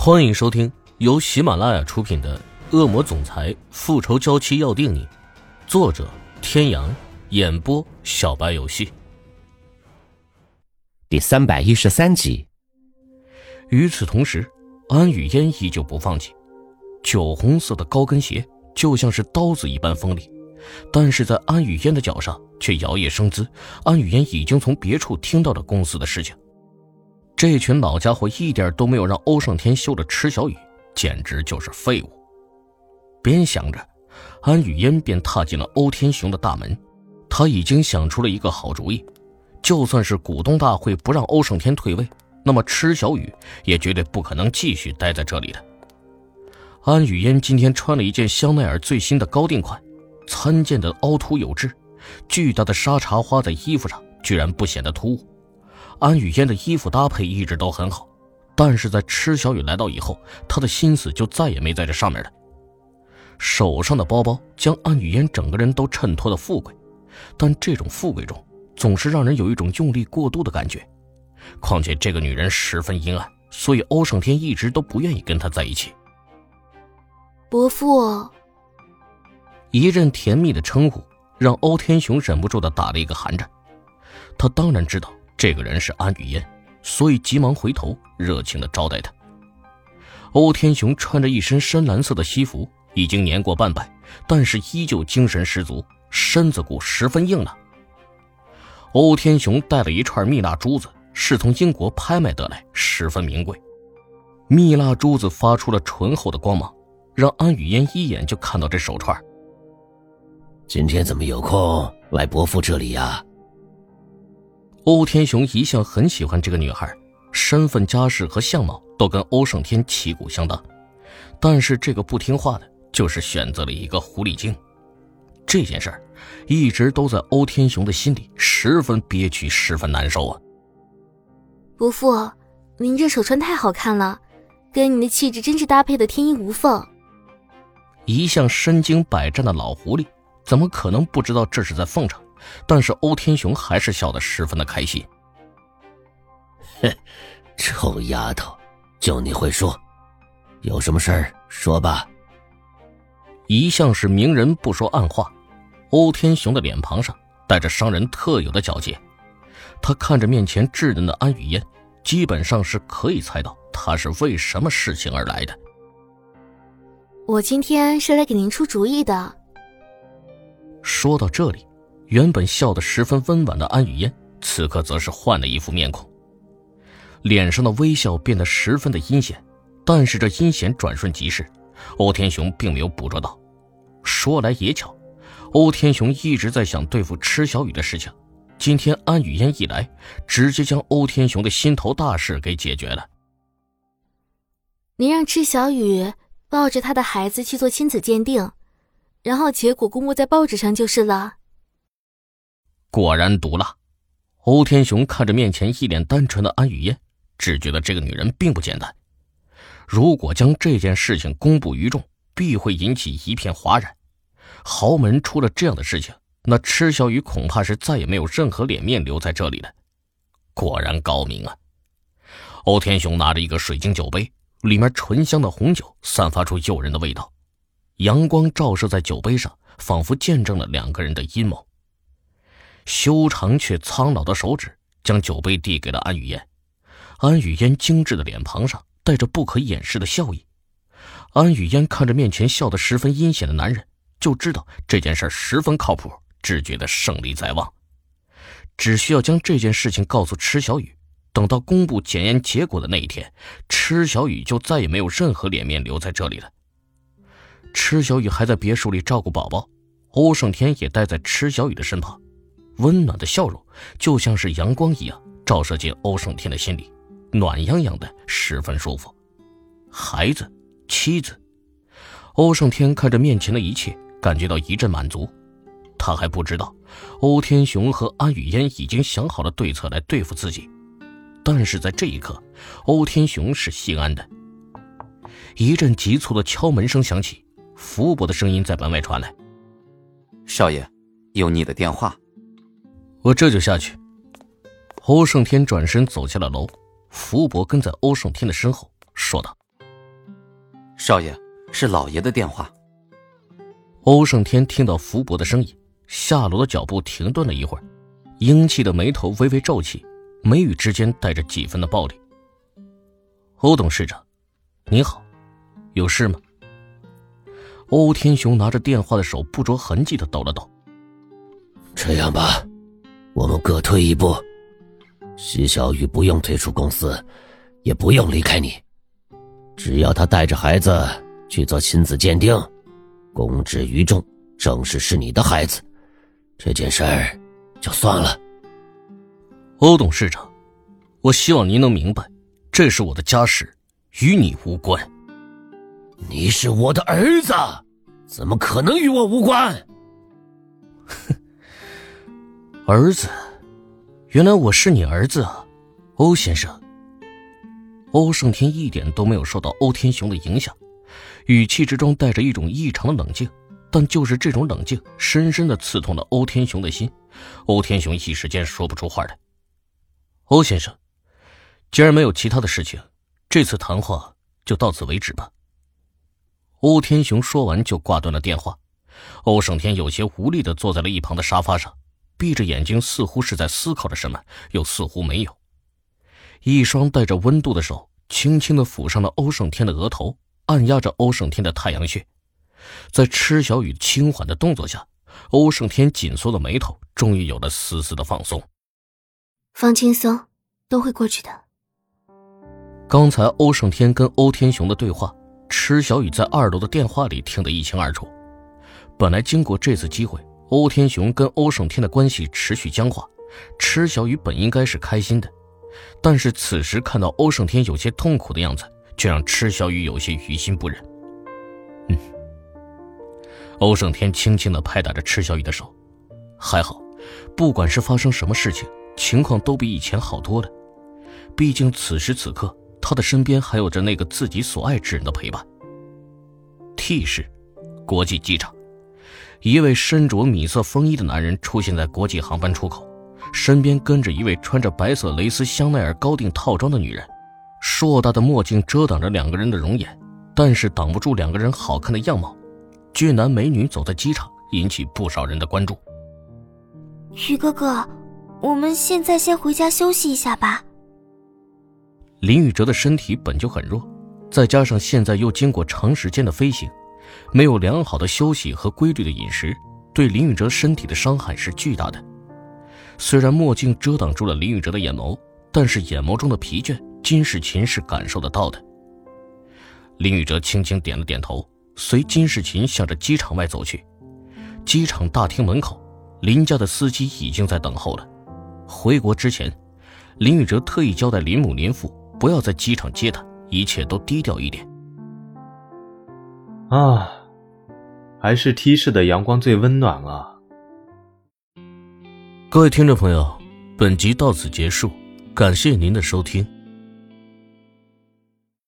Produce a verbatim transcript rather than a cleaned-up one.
欢迎收听由喜马拉雅出品的《恶魔总裁复仇娇妻要定你》，作者天阳，演播小白游戏。 第三百一十三集。 与此同时，安雨嫣依旧不放弃，酒红色的高跟鞋就像是刀子一般锋利，但是在安雨嫣的脚上却摇曳生姿。安雨嫣已经从别处听到了公司的事情，这群老家伙一点都没有让欧胜天休了池小雨，简直就是废物。边想着，安雨嫣便踏进了欧天雄的大门。他已经想出了一个好主意，就算是股东大会不让欧胜天退位，那么池小雨也绝对不可能继续待在这里的。安雨嫣今天穿了一件香奈儿最新的高定款，参见的凹凸有致，巨大的沙茶花在衣服上居然不显得突兀。安雨嫣的衣服搭配一直都很好，但是在池小雨来到以后，她的心思就再也没在这上面了。手上的包包将安雨嫣整个人都衬托的富贵，但这种富贵中总是让人有一种用力过度的感觉。况且这个女人十分阴暗，所以欧胜天一直都不愿意跟她在一起。 伯父。 一阵甜蜜的称呼让欧天雄忍不住的打了一个寒颤。他当然知道这个人是安雨嫣，所以急忙回头热情地招待他。欧天雄穿着一身深蓝色的西服，已经年过半百，但是依旧精神十足，身子骨十分硬朗。欧天雄带了一串蜜蜡珠子，是从英国拍卖得来，十分名贵。蜜蜡珠子发出了醇厚的光芒，让安雨嫣一眼就看到这手串。 今天怎么有空来伯父这里呀？ 欧天雄一向很喜欢这个女孩，身份家世和相貌都跟欧胜天旗鼓相当，但是这个不听话的就是选择了一个狐狸精。这件事儿一直都在欧天雄的心里十分憋屈，十分难受啊。 伯父，您这手串太好看了，跟你的气质真是搭配的天衣无缝。 一向身经百战的老狐狸怎么可能不知道这是在奉承，但是欧天雄还是笑得十分的开心。 哼，臭丫头，就你会说，有什么事儿说吧。 一向是明人不说暗话，欧天雄的脸庞上带着商人特有的皎洁。他看着面前稚嫩的安雨嫣，基本上是可以猜到他是为什么事情而来的。 我今天是来给您出主意的。 说到这里，原本笑得十分温婉的安雨嫣此刻则是换了一副面孔，脸上的微笑变得十分的阴险，但是这阴险转瞬即逝，欧天雄并没有捕捉到。说来也巧，欧天雄一直在想对付池小雨的事情，今天安雨嫣一来，直接将欧天雄的心头大事给解决了。 您让池小雨抱着他的孩子去做亲子鉴定，然后结果公布在报纸上就是了。 果然毒辣。欧天雄看着面前一脸单纯的安雨嫣，只觉得这个女人并不简单。如果将这件事情公布于众，必会引起一片哗然。豪门出了这样的事情，那池小雨恐怕是再也没有任何脸面留在这里了。果然高明啊。欧天雄拿着一个水晶酒杯，里面醇香的红酒散发出诱人的味道，阳光照射在酒杯上，仿佛见证了两个人的阴谋。修长却苍老的手指将酒杯递给了安雨嫣，安雨嫣精致的脸庞上带着不可掩饰的笑意。安雨嫣看着面前笑得十分阴险的男人，就知道这件事十分靠谱，只觉得胜利在望。只需要将这件事情告诉池小雨，等到公布检验结果的那一天，池小雨就再也没有任何脸面留在这里了。池小雨还在别墅里照顾宝宝，欧胜天也待在池小雨的身旁，温暖的笑容就像是阳光一样照射进欧胜天的心里，暖洋洋的，十分舒服。孩子，妻子，欧胜天看着面前的一切，感觉到一阵满足。他还不知道欧天雄和安雨嫣已经想好了对策来对付自己，但是在这一刻，欧天雄是心安的。一阵急促的敲门声响起，福伯的声音在门外传来： 少爷，有你的电话。 我这就下去。欧胜天转身走下了楼，福伯跟在欧胜天的身后说道： 少爷，是老爷的电话。 欧胜天听到福伯的声音，下楼的脚步停顿了一会儿，英气的眉头微微皱起，眉宇之间带着几分的暴力。欧董事长，你好，有事吗？欧天雄拿着电话的手不着痕迹地抖了抖。 这样吧，我们各退一步，徐小雨不用退出公司，也不用离开你，只要他带着孩子去做亲子鉴定，公之于众，证实是你的孩子，这件事儿就算了。 欧董事长，我希望您能明白，这是我的家事，与你无关。 你是我的儿子，怎么可能与我无关？ 哼，儿子，原来我是你儿子啊，欧先生。欧胜天一点都没有受到欧天雄的影响，语气之中带着一种异常的冷静，但就是这种冷静深深地刺痛了欧天雄的心。欧天雄一时间说不出话来。欧先生，既然没有其他的事情，这次谈话就到此为止吧。欧天雄说完就挂断了电话。欧胜天有些无力地坐在了一旁的沙发上，闭着眼睛，似乎是在思考着什么，又似乎没有。一双带着温度的手轻轻地抚上了欧胜天的额头，按压着欧胜天的太阳穴。在池小雨轻缓的动作下，欧胜天紧缩的眉头终于有了丝丝的放松。 放轻松，都会过去的。 刚才欧胜天跟欧天雄的对话，池小雨在二楼的电话里听得一清二楚。本来经过这次机会，欧天雄跟欧胜天的关系持续僵化，池小雨本应该是开心的，但是此时看到欧胜天有些痛苦的样子，却让池小雨有些于心不忍。嗯，欧胜天轻轻地拍打着池小雨的手，还好，不管是发生什么事情，情况都比以前好多了。毕竟此时此刻，他的身边还有着那个自己所爱之人的陪伴。T 市国际机场，一位身着米色风衣的男人出现在国际航班出口，身边跟着一位穿着白色蕾丝香奈儿高定套装的女人。硕大的墨镜遮挡着两个人的容颜，但是挡不住两个人好看的样貌。俊男美女走在机场，引起不少人的关注。 于哥哥，我们现在先回家休息一下吧。 林宇哲的身体本就很弱，再加上现在又经过长时间的飞行，没有良好的休息和规律的饮食，对林宇哲身体的伤害是巨大的。虽然墨镜遮挡住了林宇哲的眼眸，但是眼眸中的疲倦，金世琴是感受得到的。林宇哲轻轻点了点头，随金世琴向着机场外走去。机场大厅门口，林家的司机已经在等候了。回国之前，林宇哲特意交代林母林父不要在机场接他，一切都低调一点。 啊，还是 T 市的阳光最温暖啊。 各位听众朋友，本集到此结束，感谢您的收听。